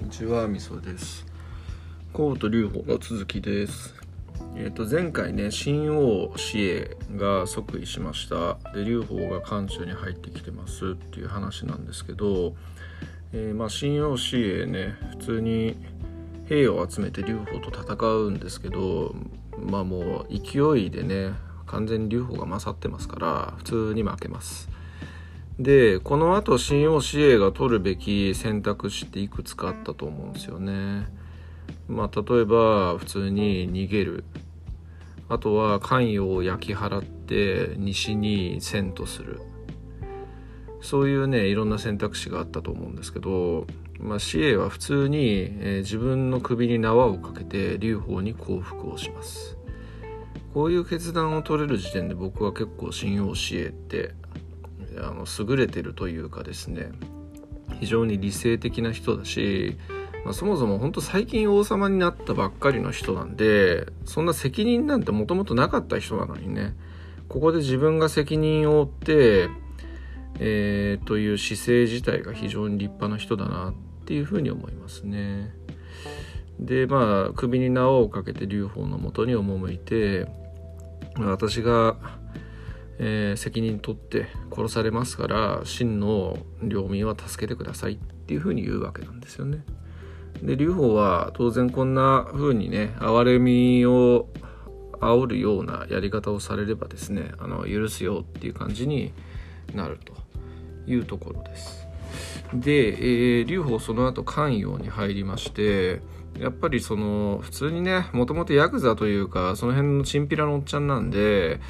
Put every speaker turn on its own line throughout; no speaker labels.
にちは、みそです。孔と劉邦の続きです。前回ね、秦王子英が即位しました。で、劉邦が漢中に入ってきてますっていう話なんですけど、秦王子英ね、普通に兵を集めて劉邦と戦うんですけど、もう勢いでね、完全に劉邦が勝ってますから普通に負けます。で、この後秦王子英が取るべき選択肢っていくつかあったと思うんですよね。例えば普通に逃げる、あとは関陽を焼き払って西に遷都する、そういうねいろんな選択肢があったと思うんですけど、子英は普通に、自分の首に縄をかけて劉邦に降伏をします。こういう決断を取れる時点で僕は結構秦王子英って優れてるというかですね、非常に理性的な人だし、そもそも本当最近王様になったばっかりの人なんで、そんな責任なんてもともとなかった人なのにね、ここで自分が責任を負って、という姿勢自体が非常に立派な人だなっていうふうに思いますね。で、首に縄をかけて劉邦のもとに赴いて、私が責任取って殺されますから秦の領民は助けてくださいっていうふうに言うわけなんですよね。で、劉邦は当然こんな風にね哀れみを煽るようなやり方をされればですね、許すよっていう感じになるというところです。で、劉邦その後関陽に入りまして、やっぱり普通にね、もともとヤクザというかその辺のチンピラのおっちゃんなんで、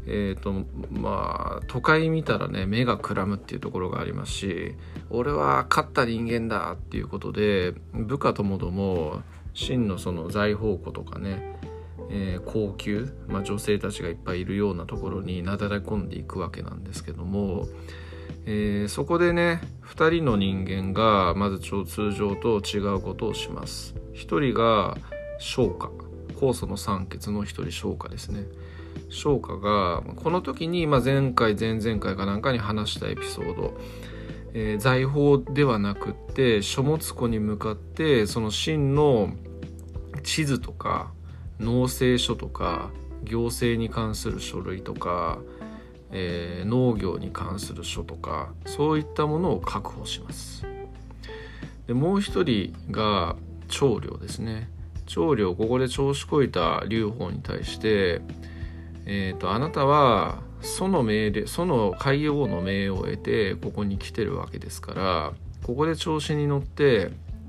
都会見たらね目がくらむっていうところがありますし、俺は勝った人間だっていうことで部下ともども秦のその財宝庫とかね、高級、女性たちがいっぱいいるようなところになだれ込んでいくわけなんですけども、そこでね2人の人間がまず通常と違うことをします。一人が商家、酵素の三傑の一人商家ですね。商家がこの時に前回前々回かなんかに話したエピソード、財宝ではなくって書物庫に向かってその秦の地図とか農政書とか行政に関する書類とか、農業に関する書とかそういったものを確保します。で、もう一人が長領ですね。長領、ここで調子こいた劉邦に対してあなたはその海王の命を得てここに来てるわけですから、ここで調子に乗って、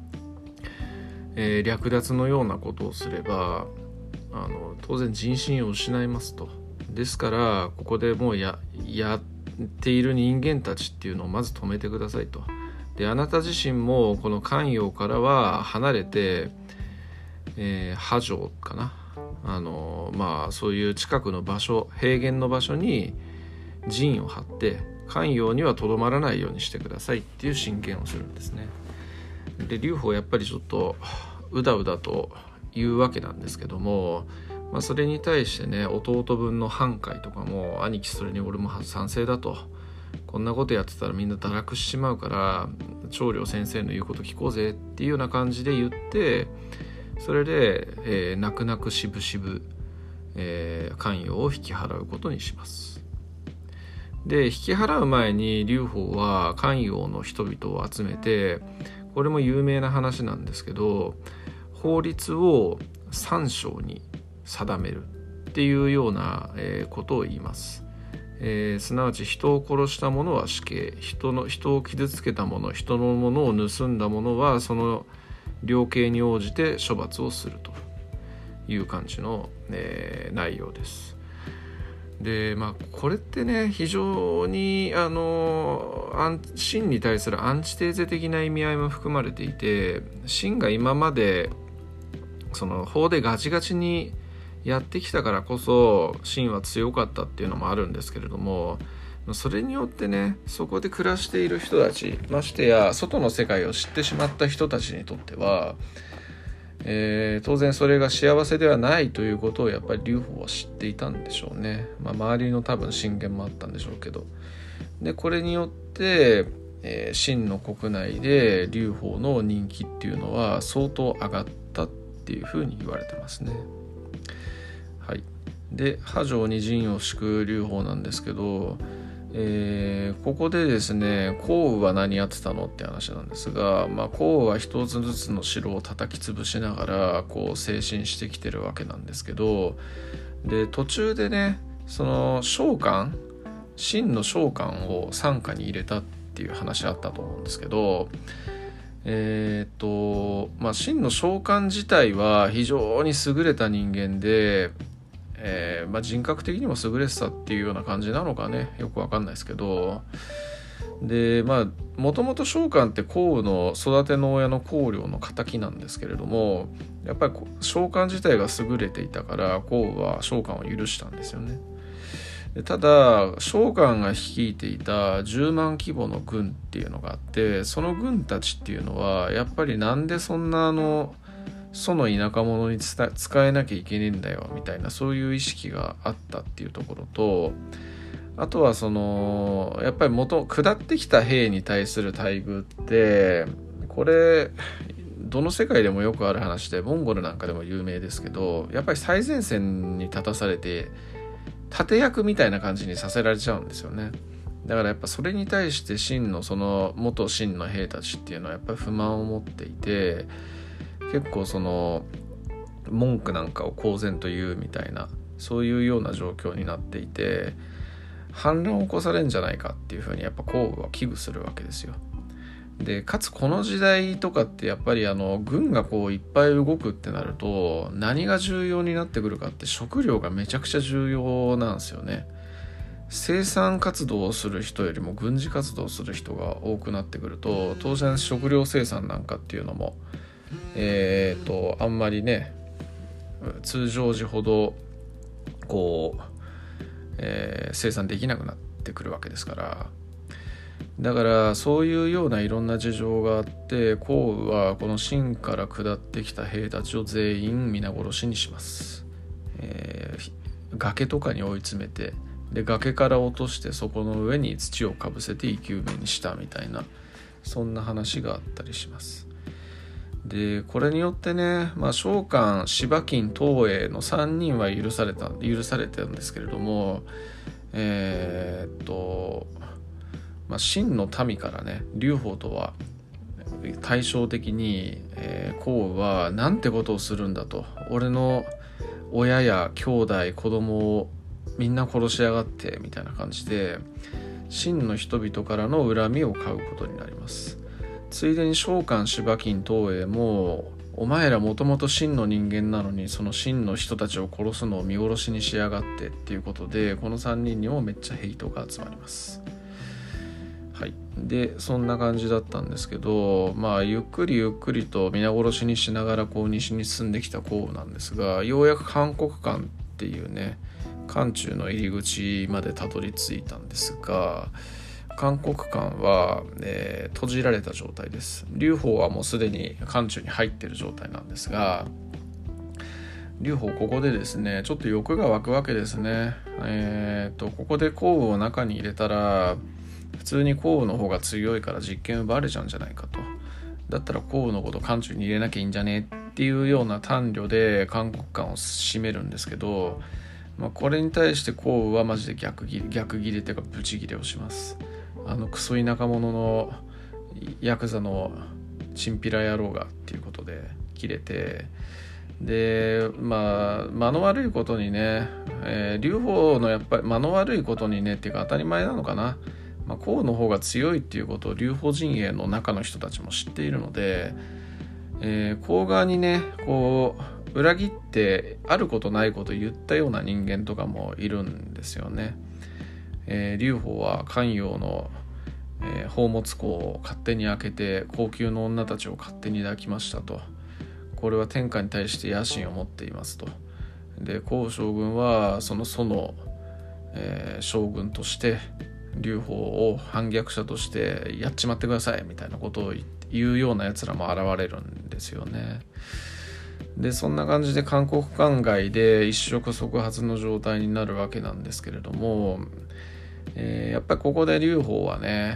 略奪のようなことをすれば当然人心を失いますと。ですからここでもうやっている人間たちっていうのをまず止めてくださいと。で、あなた自身もこの関陽からは離れて、波城かな、そういう近くの場所、平原の場所に陣を張って関陽にはとどまらないようにしてくださいっていう進言をするんですね。で、劉邦やっぱりちょっとうだうだと言うわけなんですけども、それに対してね弟分の半海とかも、兄貴それに俺も賛成だと、こんなことやってたらみんな堕落しちまうから長領先生の言うこと聞こうぜっていうような感じで言って、それで、泣く泣くしぶしぶ、関陽を引き払うことにします。で、引き払う前に劉邦は関陽の人々を集めて、これも有名な話なんですけど、法律を3章に定めるっていうような、ことを言います。すなわち人を殺した者は死刑、人を傷つけた者、人のものを盗んだ者はその量刑に応じて処罰をするという感じの、内容です。で、これってね非常に秦に対するアンチテーゼ的な意味合いも含まれていて、秦が今までその法でガチガチにやってきたからこそ秦は強かったっていうのもあるんですけれども、それによってねそこで暮らしている人たち、ましてや外の世界を知ってしまった人たちにとっては、当然それが幸せではないということをやっぱり劉邦は知っていたんでしょうね。周りの多分進言もあったんでしょうけど、でこれによって、 秦の国内で劉邦の人気っていうのは相当上がったっていうふうに言われてますね。はい。で波状に陣を敷く劉邦なんですけど、ここでですね項羽は何やってたのって話なんですが、項羽は一つずつの城を叩き潰しながら西進してきてるわけなんですけど、で途中でねその秦の将官を傘下に入れたっていう話あったと思うんですけど、秦の将官自体は非常に優れた人間で、人格的にも優れてたっていうような感じなのかね、よくわかんないですけど、でもともと将官って項羽の育ての親の公領の敵なんですけれども、やっぱり将官自体が優れていたから項羽は将官を許したんですよね。でただ将官が率いていた10万規模の軍っていうのがあって、その軍たちっていうのはやっぱりなんでそんなその田舎者に使えなきゃいけねえんだよみたいな、そういう意識があったっていうところと、あとはやっぱり下ってきた兵に対する待遇って、これどの世界でもよくある話で、モンゴルなんかでも有名ですけど、やっぱり最前線に立たされて盾役みたいな感じにさせられちゃうんですよね。だからやっぱそれに対して元秦の兵たちっていうのはやっぱり不満を持っていて、結構文句なんかを公然と言うみたいな、そういうような状況になっていて、反乱を起こされるんじゃないかっていうふうにやっぱ項羽は危惧するわけですよ。でかつこの時代とかってやっぱり軍がいっぱい動くってなると、何が重要になってくるかって食料がめちゃくちゃ重要なんですよね。生産活動をする人よりも軍事活動をする人が多くなってくると、当然食料生産なんかっていうのもあんまりね通常時ほど生産できなくなってくるわけですから、だからそういうようないろんな事情があって、項羽はこの秦から下ってきた兵たちを全員皆殺しにします。崖とかに追い詰めて、で崖から落としてそこの上に土をかぶせて生き埋めにしたみたいな、そんな話があったりします。でこれによってね、将官、柴金、東映の3人は許されたんですけれども、秦の民からね劉邦とは対照的に、項羽はなんてことをするんだと、俺の親や兄弟子供をみんな殺しやがってみたいな感じで、秦の人々からの恨みを買うことになります。ついでに将官、柴金、東映も、お前らもともと秦の人間なのにその秦の人たちを殺すのを見殺しにしやがってっていうことで、この3人にもめっちゃヘイトが集まります。はい、でそんな感じだったんですけど、ゆっくりと皆殺しにしながら西に進んできた項羽なんですが、ようやく函谷関っていうね漢中の入り口までたどり着いたんですが、函谷関は、閉じられた状態です。劉邦はもうすでに漢中に入っている状態なんですが、劉邦ここでですねちょっと欲が湧くわけですね。ここで項羽を中に入れたら普通に項羽の方が強いから実権奪われちゃうんじゃないかと。だったら項羽のこと漢中に入れなきゃいいんじゃねっていうような短慮で函谷関を占めるんですけど、これに対して項羽はマジで逆ギレっていうかブチギレをします。クソ田舎者のヤクザのチンピラ野郎がっていうことで切れて、で間の悪いことにね、劉邦のやっぱり間の悪いことにねっていうか当たり前なのかな、項羽の方が強いっていうことを劉邦陣営の中の人たちも知っているので、項側にね裏切ってあることないこと言ったような人間とかもいるんですよね。劉邦は咸陽の、宝物庫を勝手に開けて高級の女たちを勝手に抱きましたと。これは天下に対して野心を持っていますと。で項将軍はその将軍として劉邦を反逆者としてやっちまってくださいみたいなことを言うようなやつらも現れるんですよね。でそんな感じで函谷関外で一触即発の状態になるわけなんですけれども、やっぱりここで劉邦はね、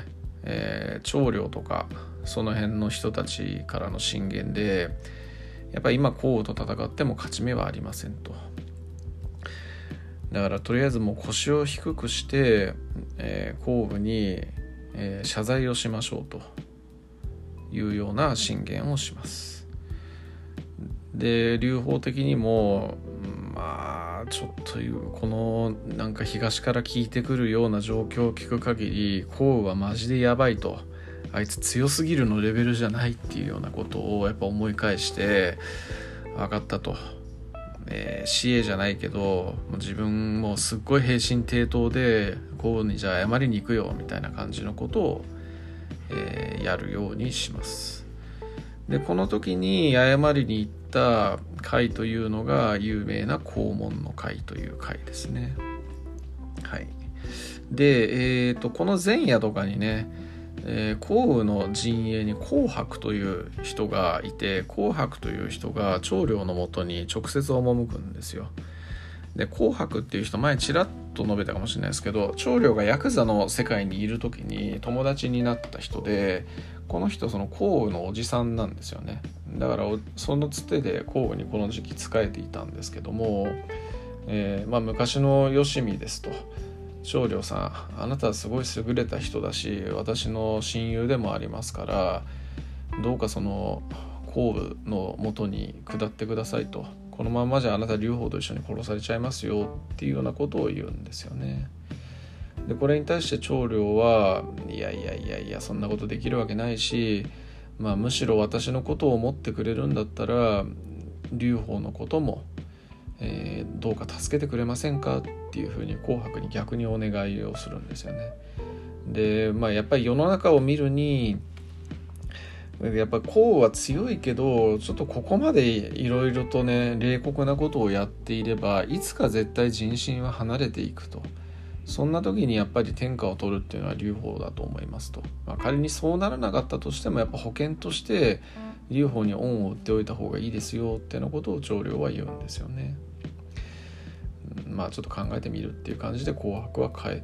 長領とかその辺の人たちからの進言で、やっぱり今項羽と戦っても勝ち目はありませんと。だからとりあえずもう腰を低くして、項羽に、謝罪をしましょうというような進言をします。で劉邦的にもちょっとこのなんか東から聞いてくるような状況を聞く限り項羽はマジでやばいと、あいつ強すぎるのレベルじゃないっていうようなことをやっぱ思い返して分かったと、死営じゃないけど自分もすっごい平身低頭で項羽にじゃあ謝りに行くよみたいな感じのことを、やるようにします。でこの時に謝りに行った会というのが有名な黄門の会という会ですね。はい。で、この前夜とかにね、項羽の陣営に紅白という人がいて、紅白という人が長領のもとに直接赴くんですよ。で紅白っていう人前ちらっと述べたかもしれないですけど、長領がヤクザの世界にいる時に友達になった人で、この人その項羽のおじさんなんですよね。だからそのつてで項羽にこの時期仕えていたんですけども、昔のよしみですと、長領さんあなたはすごい優れた人だし私の親友でもありますから、どうかその項羽のもとに下ってくださいと、このままじゃあなた劉邦と一緒に殺されちゃいますよっていうようなことを言うんですよね。でこれに対して長領はいやそんなことできるわけないし、むしろ私のことを思ってくれるんだったら劉邦のことも、どうか助けてくれませんかっていうふうに紅白に逆にお願いをするんですよね。でやっぱり世の中を見るにやっぱ項羽は強いけどちょっとここまでいろいろとね冷酷なことをやっていればいつか絶対人心は離れていくと、そんな時にやっぱり天下を取るっていうのは劉邦だと思いますと、仮にそうならなかったとしてもやっぱ保険として劉邦に恩を売っておいた方がいいですよってのことを長領は言うんですよね。ちょっと考えてみるっていう感じで紅白は帰って、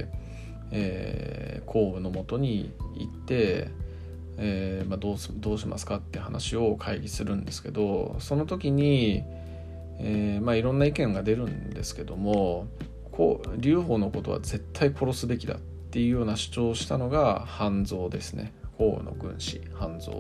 項羽のもとに行って、どうしますかって話を会議するんですけど、その時に、いろんな意見が出るんですけども、劉邦のことは絶対殺すべきだっていうような主張をしたのが半蔵ですね。項羽の軍師半蔵、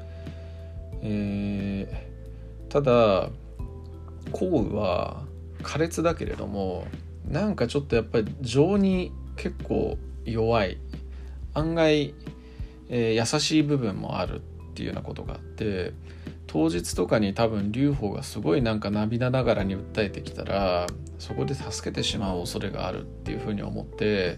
ただ項羽は苛烈だけれどもなんかちょっとやっぱり情に結構弱い、案外、優しい部分もあるっていうようなことがあって、当日とかに多分劉邦がすごいなんか涙ながらに訴えてきたらそこで助けてしまう恐れがあるっていうふうに思って、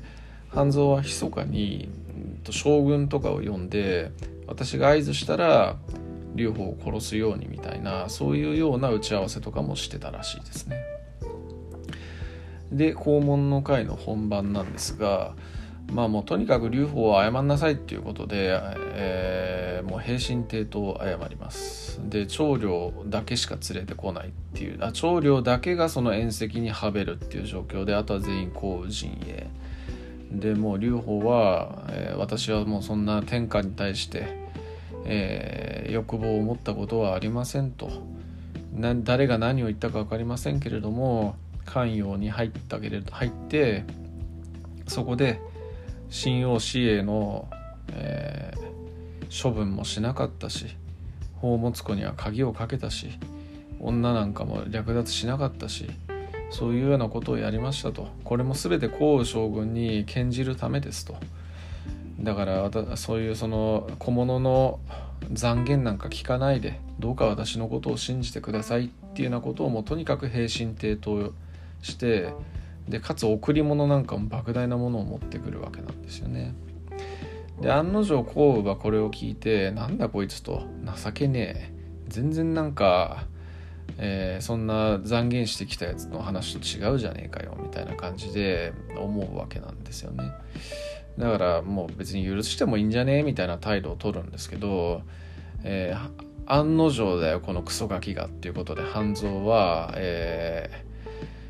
半蔵は密かに将軍とかを呼んで私が合図したら劉邦を殺すようにみたいな、そういうような打ち合わせとかもしてたらしいですね。で黄門の会の本番なんですが、もうとにかく劉邦は謝んなさいっていうことで、もう平身低頭謝ります。で長領だけしか連れてこないっていう、長領だけがその宴席にはべるっていう状況で、あとは全員項羽陣営で、もう劉邦は、私はもうそんな天下に対して、欲望を持ったことはありませんと、誰が何を言ったか分かりませんけれども関陽に入ってそこで新王子営の、処分もしなかったし、宝物庫には鍵をかけたし、女なんかも略奪しなかったし、そういうようなことをやりましたと。これも全て項羽将軍に献じるためですと。だからそういうその小物の讒言なんか聞かないで、どうか私のことを信じてくださいっていうようなことをもうとにかく平身低頭して、でかつ贈り物なんかも莫大なものを持ってくるわけなんですよね。で案の定項羽はこれを聞いて、なんだこいつと、情けねえ、全然なんか、そんな讒言してきたやつの話と違うじゃねえかよみたいな感じで思うわけなんですよね。だからもう別に許してもいいんじゃねえみたいな態度を取るんですけど、案の定だよこのクソガキがっていうことで半蔵は、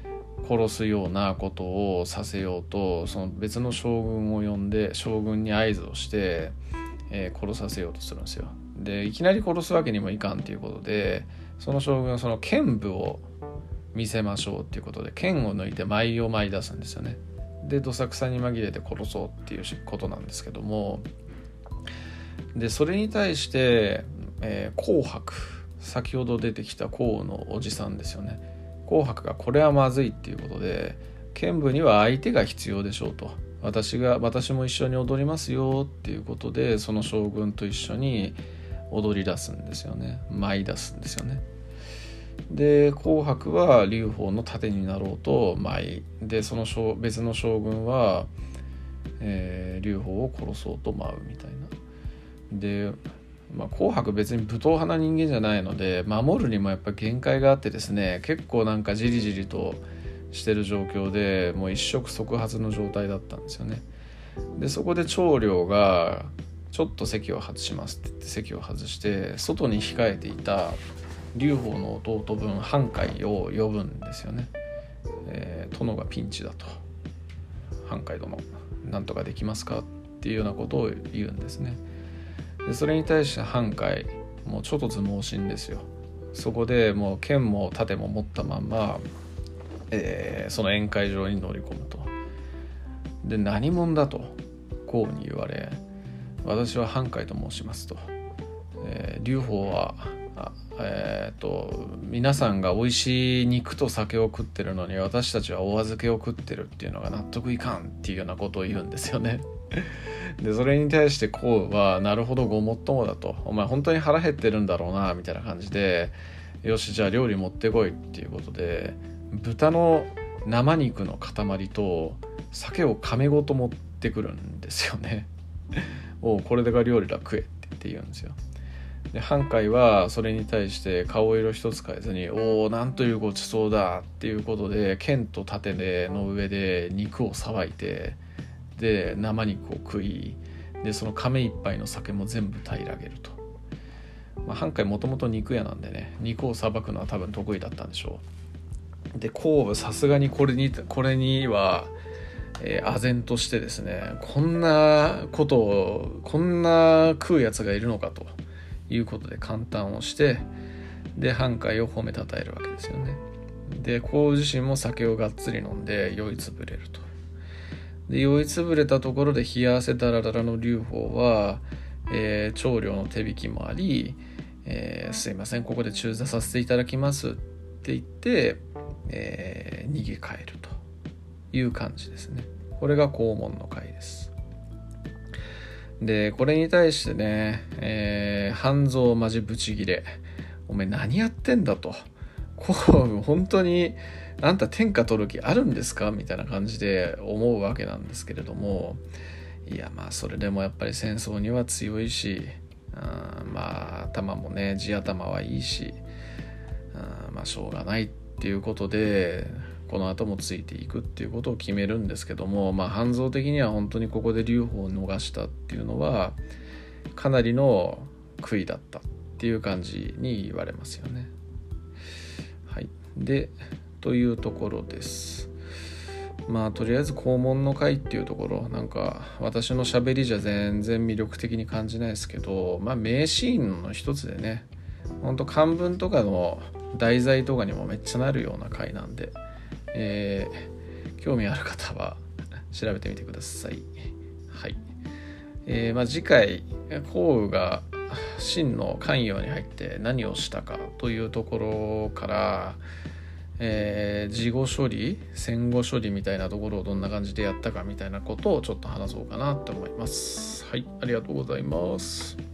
殺すようなことをさせようと、その別の将軍を呼んで将軍に合図をして、殺させようとするんですよ。でいきなり殺すわけにもいかんということで、その将軍はその剣舞を見せましょうっていうことで剣を抜いて舞を舞い出すんですよね。でどさくさに紛れて殺そうっていうことなんですけども、でそれに対して、紅白、先ほど出てきた項のおじさんですよね。紅白がこれはまずいっていうことで、剣舞には相手が必要でしょうと、私も一緒に踊りますよっていうことで、その将軍と一緒に踊り出すんですよね。舞い出すんですよね。で紅白は劉邦の盾になろうと舞いで、その別の将軍は、劉邦を殺そうと舞うみたいな。で、紅白別に武闘派な人間じゃないので、守るにもやっぱ限界があってですね、結構なんかじりじりとしてる状況で、もう一触即発の状態だったんですよね。でそこで長領がちょっと席を外しますって言って席を外して、外に控えていた劉邦の弟分韓海を呼ぶんですよね。殿がピンチだと、韓海殿なんとかできますかっていうようなことを言うんですね。でそれに対して韓海もうちょっと猛進ですよ。そこでもう剣も盾も持ったまんま、その宴会場に乗り込むと。で何者だと項に言われ、私は韓海と申しますと、劉邦は皆さんが美味しい肉と酒を食ってるのに、私たちはお預けを食ってるっていうのが納得いかんっていうようなことを言うんですよね。でそれに対して項はなるほどごもっともだと、お前本当に腹減ってるんだろうなみたいな感じで、よしじゃあ料理持ってこいっていうことで、豚の生肉の塊と酒を亀ごと持ってくるんですよね。おこれでが料理だ食えって言うんですよ。で韓海はそれに対して顔色一つ変えずに、なんというごちそうだっていうことで、剣と盾の上で肉をさばいて、で生肉を食い、でその亀一杯の酒も全部平らげると。韓海もともと肉屋なんでね、肉をさばくのは多分得意だったんでしょう。で項はさすがにこれには唖然としてですね、こんな食うやつがいるのかということで感嘆をして、で韓海を褒めたたえるわけですよね。で項自身も酒をがっつり飲んで酔いつぶれると。で酔いつぶれたところで冷や汗だらだらの劉邦は、長領の手引きもあり、すいませんここで中座させていただきますって言って、逃げ帰るという感じですね。これが黄門の会です。でこれに対してね、半蔵マジブチギレ、お前何やってんだと、本当にあんた天下取る気あるんですかみたいな感じで思うわけなんですけれども、いやそれでもやっぱり戦争には強いし、頭もね地頭はいいし、しょうがないっていうことでこの後もついていくっていうことを決めるんですけども、半蔵的には本当にここで劉邦を逃したっていうのはかなりの悔いだったっていう感じに言われますよね。はい、でというところです。とりあえず黄門の会っていうところ、なんか私の喋りじゃ全然魅力的に感じないですけど、名シーンの一つでね、ほんと漢文とかの題材とかにもめっちゃなるような回なんで、興味ある方は調べてみてください。はい。次回項羽が秦の関陽に入って何をしたかというところから、事後処理、戦後処理みたいなところをどんな感じでやったかみたいなことをちょっと話そうかなと思います。はい、ありがとうございます。